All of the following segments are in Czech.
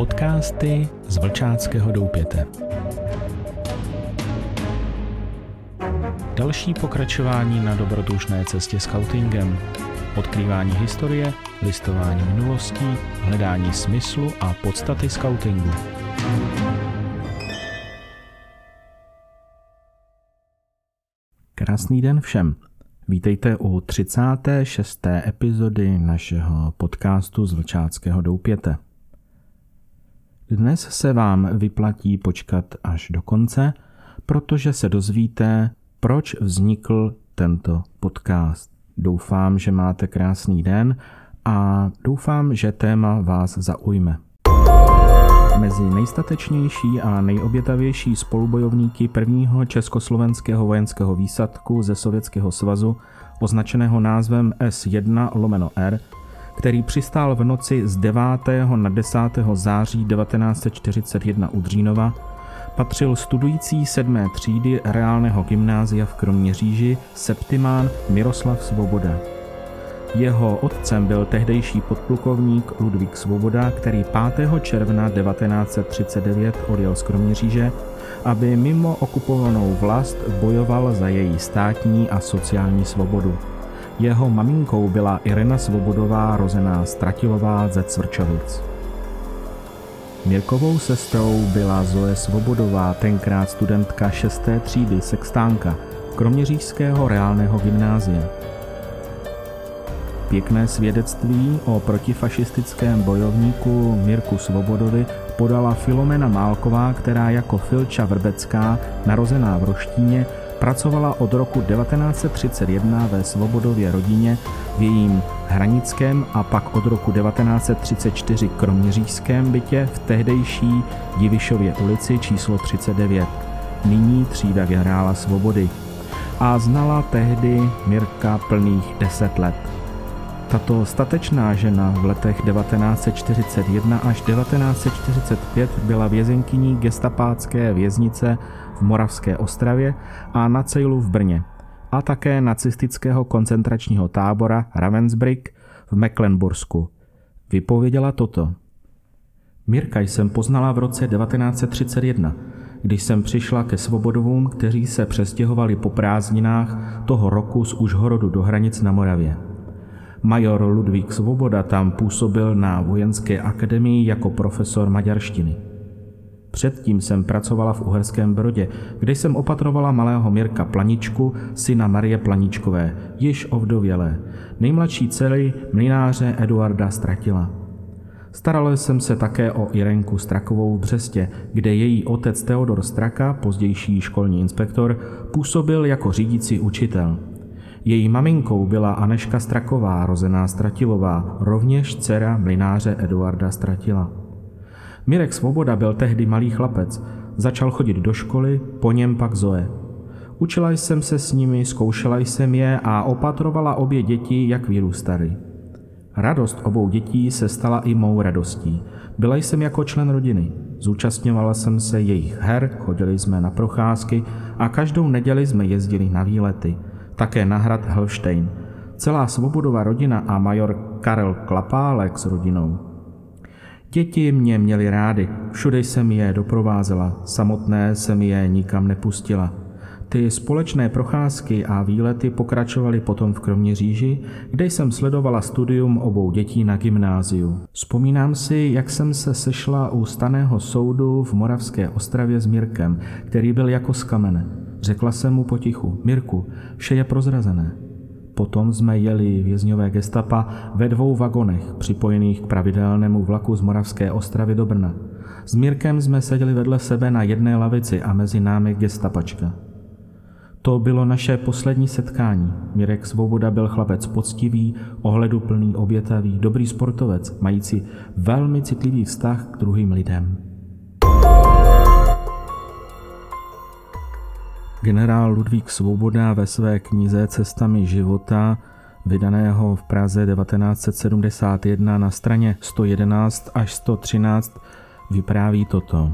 Podcasty z Vlčáckého doupěte. Další pokračování na dobrodružné cestě skautingem. Odkrývání historie, listování minulostí, hledání smyslu a podstaty skautingu. Krásný den všem. Vítejte u 36. epizody našeho podcastu z Vlčáckého doupěte. Dnes se vám vyplatí počkat až do konce, protože se dozvíte, proč vznikl tento podcast. Doufám, že máte krásný den a doufám, že téma vás zaujme. Mezi nejstatečnější a nejobětavější spolubojovníky prvního československého vojenského výsadku ze Sovětského svazu, označeného názvem S1/R, který přistál v noci z 9. na 10. září 1941 u Dřínova, patřil studující 7. třídy reálného gymnázia v Kroměříži septimán Miroslav Svoboda. Jeho otcem byl tehdejší podplukovník Ludvík Svoboda, který 5. června 1939 odjel z Kroměříže, aby mimo okupovanou vlast bojoval za její státní a sociální svobodu. Jeho maminkou byla Irena Svobodová, rozená Stratilová ze Cvrčovic. Mirkovou sestrou byla Zoe Svobodová, tenkrát studentka 6. třídy sextánka Kroměřížského reálného gymnázia. Pěkné svědectví o protifašistickém bojovníku Mirku Svobodovi podala Filomena Málková, která jako Filča Vrbecká, narozená v Roštíně, pracovala od roku 1931 ve Svobodově rodině v jejím hranickém a pak od roku 1934 kroměřížském bytě v tehdejší Divišově ulici číslo 39, nyní třída generála Svobody, a znala tehdy Mirka plných 10 let. Tato statečná žena v letech 1941 až 1945 byla vězenkyní gestapácké věznice v Moravské Ostravě a na Cejlu v Brně a také nacistického koncentračního tábora Ravensbrück v Mecklenbursku. Vypověděla toto. Mirka jsem poznala v roce 1931, když jsem přišla ke Svobodovům, kteří se přestěhovali po prázdninách toho roku z Užhorodu do Hranic na Moravě. Major Ludvík Svoboda tam působil na vojenské akademii jako profesor maďarštiny. Předtím jsem pracovala v Uherském Brodě, kde jsem opatrovala malého Mirka Planičku, syna Marie Planičkové, již ovdovělé, nejmladší dcery mlynáře Eduarda Stratila. Starala jsem se také o Irenku Strakovou v Břestě, kde její otec Teodor Straka, pozdější školní inspektor, působil jako řídící učitel. Její maminkou byla Aneška Straková, rozená Stratilová, rovněž dcera mlynáře Eduarda Stratila. Mirek Svoboda byl tehdy malý chlapec, začal chodit do školy, po něm pak Zoe. Učila jsem se s nimi, zkoušela jsem je a opatrovala obě děti, jak vyrůstaly. Radost obou dětí se stala i mou radostí. Byla jsem jako člen rodiny. Zúčastňovala jsem se jejich her, chodili jsme na procházky a každou neděli jsme jezdili na výlety. Také na hrad Helštejn. Celá Svobodova rodina a major Karel Klapálek s rodinou. Děti mě měly rády, všude jsem je doprovázela, samotné jsem je nikam nepustila. Ty společné procházky a výlety pokračovaly potom v Kroměříži, kde jsem sledovala studium obou dětí na gymnáziu. Vzpomínám si, jak jsem se sešla u stanného soudu v Moravské Ostravě s Mirkem, který byl jako z kamene. Řekla jsem mu potichu, Mirku, vše je prozrazené. Potom jsme jeli vězňové gestapa ve 2 vagonech, připojených k pravidelnému vlaku z Moravské Ostravy do Brna. S Mirkem jsme seděli vedle sebe na jedné lavici a mezi námi gestapačka. To bylo naše poslední setkání. Mirek Svoboda byl chlapec poctivý, ohleduplný, obětavý, dobrý sportovec, mající velmi citlivý vztah k druhým lidem. Generál Ludvík Svoboda ve své knize Cestami života, vydaného v Praze 1971 na straně 111 až 113, vypráví toto.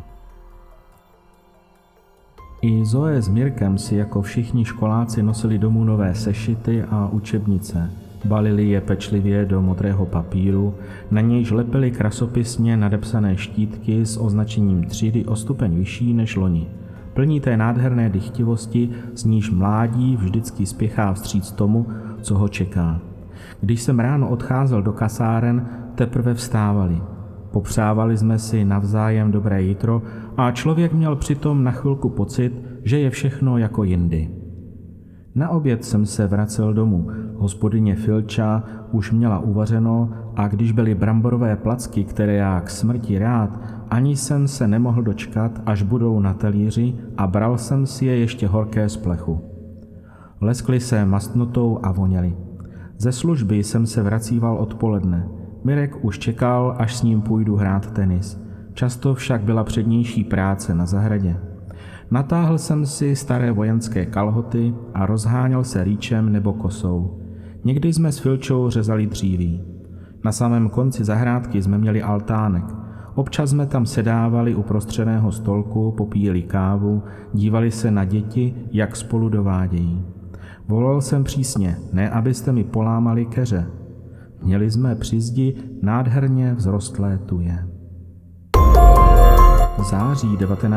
I Zoe s Mirkem si jako všichni školáci nosili domů nové sešity a učebnice. balili je pečlivě do modrého papíru, na nějž lepili krasopisně nadepsané štítky s označením třídy o stupeň vyšší než loni. Plní té nádherné dychtivosti, z níž mládí vždycky spěchá vstříc tomu, co ho čeká. Když jsem ráno odcházel do kasáren, teprve vstávali. Popřávali jsme si navzájem dobré jitro a člověk měl přitom na chvilku pocit, že je všechno jako jindy. Na oběd jsem se vracel domů. Hospodyně Filča už měla uvařeno a když byly bramborové placky, které já k smrti rád, ani jsem se nemohl dočkat, až budou na talíři a bral jsem si je ještě horké z plechu. Leskly se mastnotou a voněly. Ze služby jsem se vracíval odpoledne. Mirek už čekal, až s ním půjdu hrát tenis. Často však byla přednější práce na zahradě. Natáhl jsem si staré vojenské kalhoty a rozháněl se rýčem nebo kosou. Někdy jsme s Filčou řezali dříví. Na samém konci zahrádky jsme měli altánek. Občas jsme tam sedávali u prostřeného stolku, popíjeli kávu, dívali se na děti, jak spolu dovádějí. Volal jsem přísně, ne abyste mi polámali keře. Měli jsme při zdi nádherně vzrostlé tuje. V září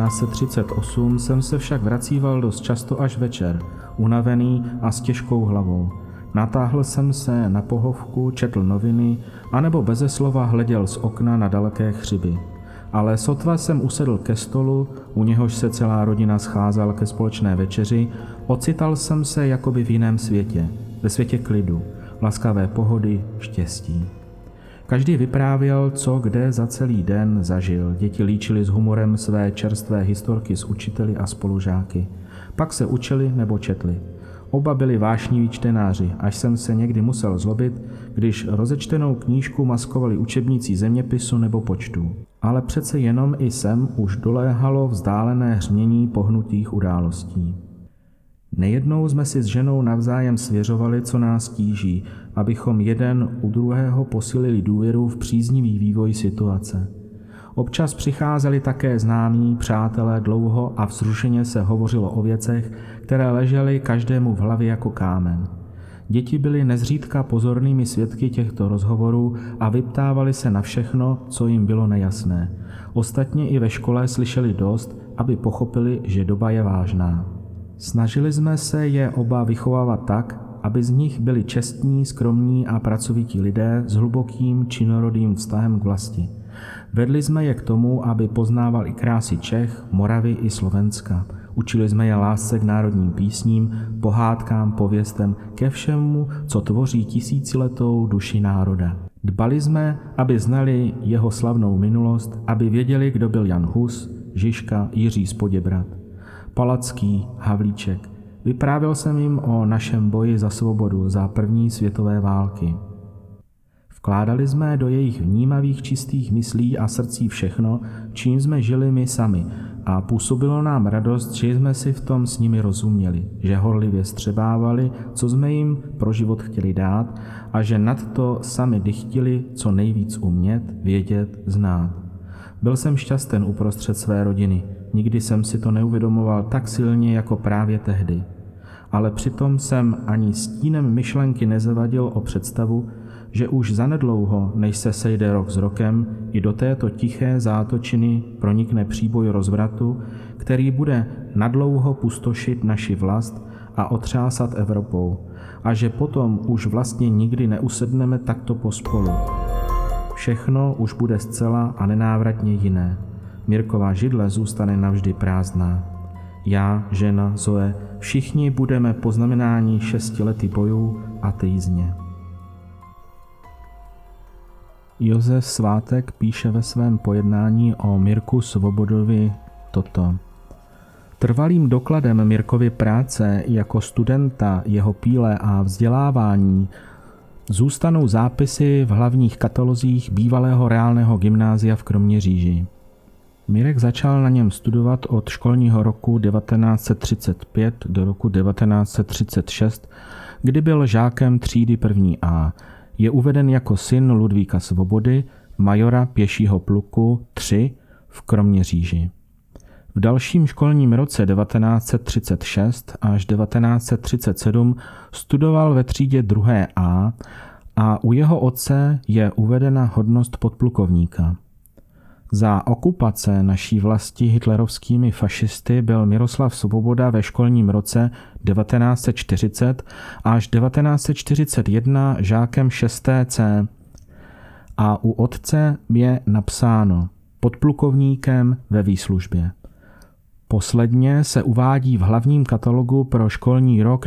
1938 jsem se však vracíval dost často až večer, unavený a s těžkou hlavou. Natáhl jsem se na pohovku, četl noviny, anebo beze slova hleděl z okna na daleké hřiby. Ale sotva jsem usedl ke stolu, u něhož se celá rodina scházela ke společné večeři, ocital jsem se jakoby v jiném světě, ve světě klidu, laskavé pohody, štěstí. Každý vyprávěl, co kde za celý den zažil. Děti líčily s humorem své čerstvé historky s učiteli a spolužáky. Pak se učili nebo četli. Oba byli vášniví čtenáři, až jsem se někdy musel zlobit, když rozečtenou knížku maskovali učebnicí zeměpisu nebo počtů. Ale přece jenom i sem už doléhalo vzdálené hřmění pohnutých událostí. Nejednou jsme si s ženou navzájem svěřovali, co nás tíží, abychom jeden u druhého posílili důvěru v příznivý vývoj situace. Občas přicházeli také známí, přátelé, dlouho a vzrušeně se hovořilo o věcech, které ležely každému v hlavě jako kámen. Děti byly nezřídka pozornými svědky těchto rozhovorů a vyptávali se na všechno, co jim bylo nejasné. Ostatně i ve škole slyšeli dost, aby pochopili, že doba je vážná. Snažili jsme se je oba vychovávat tak, aby z nich byli čestní, skromní a pracovití lidé s hlubokým činorodým vztahem k vlasti. Vedli jsme je k tomu, aby poznávali krásy Čech, Moravy i Slovenska. Učili jsme je lásce k národním písním, pohádkám, pověstem, ke všemu, co tvoří tisíciletou duši národa. Dbali jsme, aby znali jeho slavnou minulost, aby věděli, kdo byl Jan Hus, Žižka, Jiří z Poděbrad, Palacký, Havlíček. Vyprávěl jsem jim o našem boji za svobodu za první světové války. Vkládali jsme do jejich vnímavých čistých myslí a srdcí všechno, čím jsme žili my sami, a působilo nám radost, že jsme si v tom s nimi rozuměli, že horlivě střebávali, co jsme jim pro život chtěli dát, a že nad to sami dychtili co nejvíc umět, vědět, znát. Byl jsem šťasten uprostřed své rodiny, nikdy jsem si to neuvědomoval tak silně jako právě tehdy. Ale přitom jsem ani stínem myšlenky nezavadil o představu, že už zanedlouho, než se sejde rok s rokem, i do této tiché zátočiny pronikne příboj rozvratu, který bude nadlouho pustošit naši vlast a otřásat Evropou, a že potom už vlastně nikdy neusedneme takto pospolu. Všechno už bude zcela a nenávratně jiné. Mirkova židle zůstane navždy prázdná. Já, žena, Zoe, všichni budeme poznamenáni 6 lety bojů a týzně. Josef Svátek píše ve svém pojednání o Mirku Svobodovi toto. Trvalým dokladem Mirkovy práce jako studenta, jeho píle a vzdělávání zůstanou zápisy v hlavních katalozích bývalého reálného gymnázia v Kroměříži. Mirek začal na něm studovat od školního roku 1935 do roku 1936, kdy byl žákem třídy 1A. Je uveden jako syn Ludvíka Svobody, majora pěšího pluku 3 v Kroměříži. V dalším školním roce 1936 až 1937 studoval ve třídě 2A a u jeho otce je uvedena hodnost podplukovníka. Za okupace naší vlasti hitlerovskými fašisty byl Miroslav Svoboda ve školním roce 1940 až 1941 žákem 6C a u otce je napsáno podplukovníkem ve výslužbě. Posledně se uvádí v hlavním katalogu pro školní rok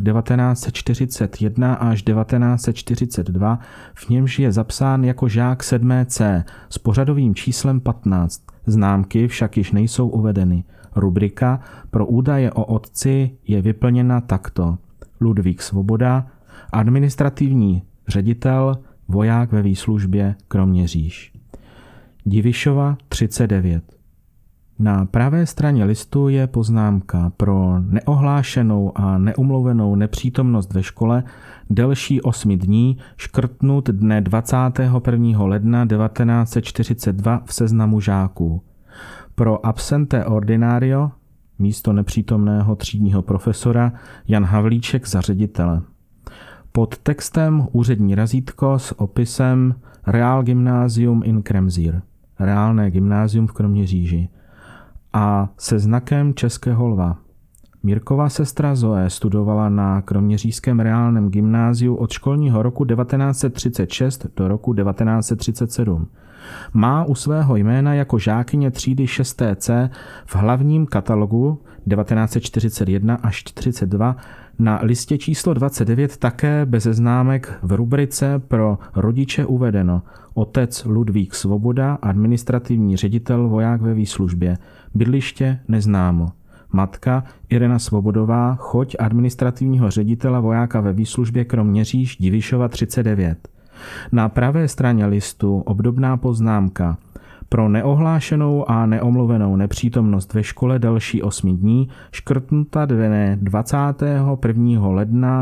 1941 až 1942, v němž je zapsán jako žák 7C s pořadovým číslem 15. Známky však již nejsou uvedeny. Rubrika pro údaje o otci je vyplněna takto. Ludvík Svoboda, administrativní ředitel, voják ve výslužbě Kroměříž. Divišova 39. Na pravé straně listu je poznámka pro neohlášenou a neumluvenou nepřítomnost ve škole delší 8 dní škrtnut dne 21. ledna 1942 v seznamu žáků. Pro absente ordinario místo nepřítomného třídního profesora Jan Havlíček za ředitele. Pod textem úřední razítko s opisem Real Gymnasium in Kremsír, reálné gymnázium v Kroměříži, a se znakem českého lva. Mírkova sestra Zoe studovala na Kroměřížském reálném gymnáziu od školního roku 1936 do roku 1937. Má u svého jména jako žákyně třídy 6C v hlavním katalogu 1941 až 42 na listě číslo 29 také beze známek v rubrice pro rodiče uvedeno otec Ludvík Svoboda, administrativní ředitel, voják ve výslužbě, bydliště neznámo. Matka Irena Svobodová, choť administrativního ředitela vojáka ve výslužbě Kroměříž, Divišova 39. Na pravé straně listu obdobná poznámka pro neohlášenou a neomluvenou nepřítomnost ve škole další 8 dní škrtnuta dne 21. ledna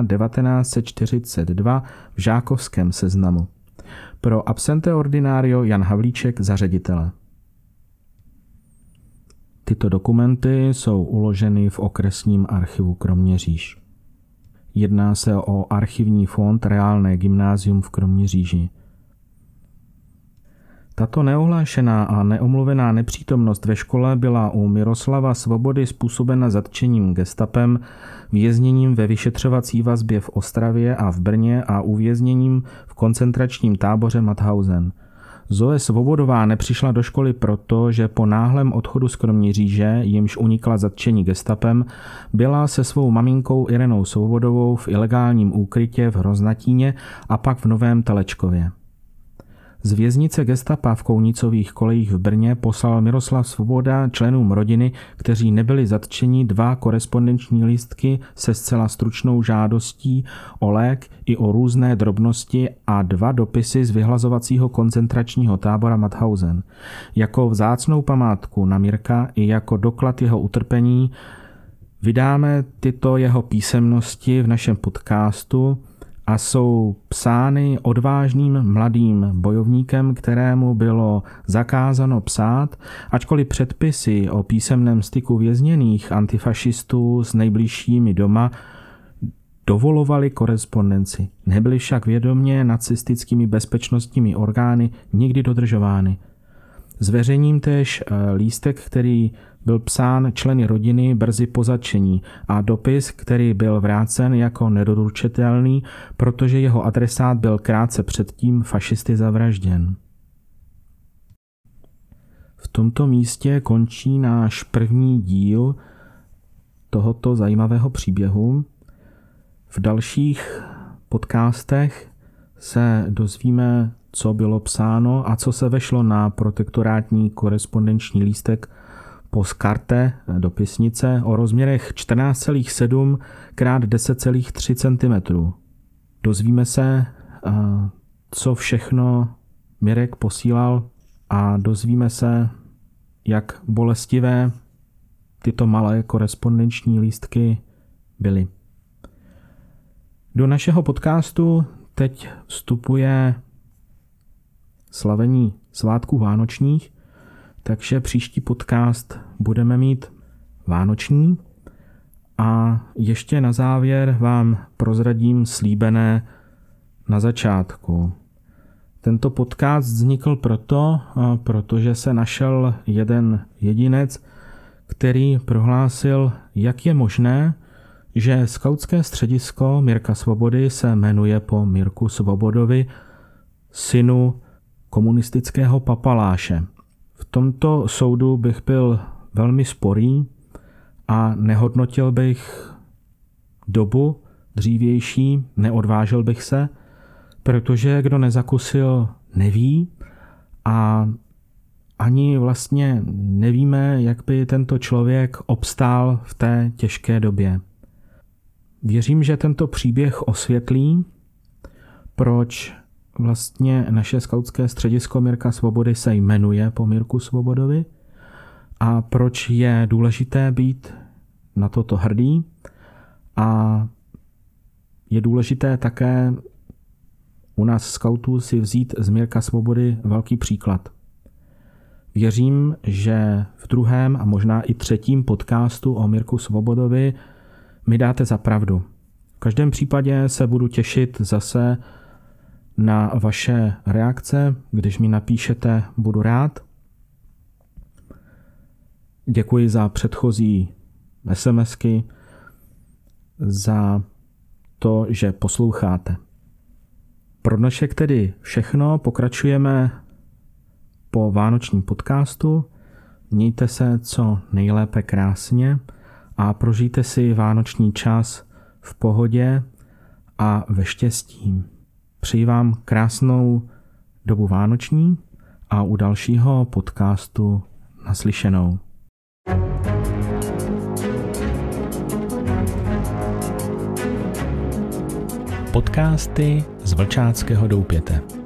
1942 v žákovském seznamu. Pro absente ordinario Jan Havlíček za ředitele. Tyto dokumenty jsou uloženy v okresním archivu Kroměříž. Jedná se o archivní fond Reálné gymnázium v Kroměříži. Tato neohlášená a neomluvená nepřítomnost ve škole byla u Miroslava Svobody způsobena zatčením gestapem, vězněním ve vyšetřovací vazbě v Ostravě a v Brně a uvězněním v koncentračním táboře Mauthausen. Zoe Svobodová nepřišla do školy proto, že po náhlém odchodu z Kroměříže, jimž unikla zatčení gestapem, byla se svou maminkou Irenou Svobodovou v ilegálním úkrytě v Hroznatíně a pak v Novém Telečkově. Z věznice gestapa v Kounicových kolejích v Brně poslal Miroslav Svoboda členům rodiny, kteří nebyli zatčeni, 2 korespondenční lístky se zcela stručnou žádostí o lék i o různé drobnosti a 2 dopisy z vyhlazovacího koncentračního tábora Mauthausen. Jako vzácnou památku na Mirka i jako doklad jeho utrpení vydáme tyto jeho písemnosti v našem podcastu a jsou psány odvážným mladým bojovníkem, kterému bylo zakázáno psát, ačkoliv předpisy o písemném styku vězněných antifašistů s nejbližšími doma dovolovali korespondenci. Nebyly však vědomě nacistickými bezpečnostními orgány nikdy dodržovány. Zveřejním též lístek, který byl psán členy rodiny brzy po zatčení a dopis, který byl vrácen jako nedoručitelný, protože jeho adresát byl krátce předtím fašisty zavražděn. V tomto místě končí náš první díl tohoto zajímavého příběhu. V dalších podcastech se dozvíme, co bylo psáno a co se vešlo na protektorátní korespondenční lístek postkarte dopisnice o rozměrech 14,7 x 10,3 cm. Dozvíme se, co všechno Mirek posílal a dozvíme se, jak bolestivé tyto malé korespondenční lístky byly. Do našeho podcastu teď vstupuje slavení svátků vánočních, takže příští podcast budeme mít vánoční. A ještě na závěr vám prozradím slíbené na začátku. Tento podcast vznikl protože se našel jeden jedinec, který prohlásil, jak je možné, že skautské středisko Mirka Svobody se jmenuje po Mirku Svobodovi, synu komunistického papaláše. V tomto soudu bych byl velmi sporý a nehodnotil bych dobu dřívější, neodvážil bych se, protože kdo nezakusil, neví a ani vlastně nevíme, jak by tento člověk obstál v té těžké době. Věřím, že tento příběh osvětlí, proč vlastně naše skautské středisko Mirka Svobody se jmenuje po Mirku Svobodovi a proč je důležité být na toto hrdý a je důležité také u nás skautů si vzít z Mirka Svobody velký příklad. Věřím, že v druhém a možná i třetím podcastu o Mirku Svobodovi mi dáte za pravdu. V každém případě se budu těšit zase na vaše reakce. Když mi napíšete, budu rád. Děkuji za předchozí SMSky, za to, že posloucháte. Pro dnešek tedy všechno, pokračujeme po vánočním podcastu. Mějte se co nejlépe krásně a prožijte si vánoční čas v pohodě a ve štěstí. Přeji vám krásnou dobu vánoční a u dalšího podcastu naslyšenou. Podcasty z Vlčáckého doupěte.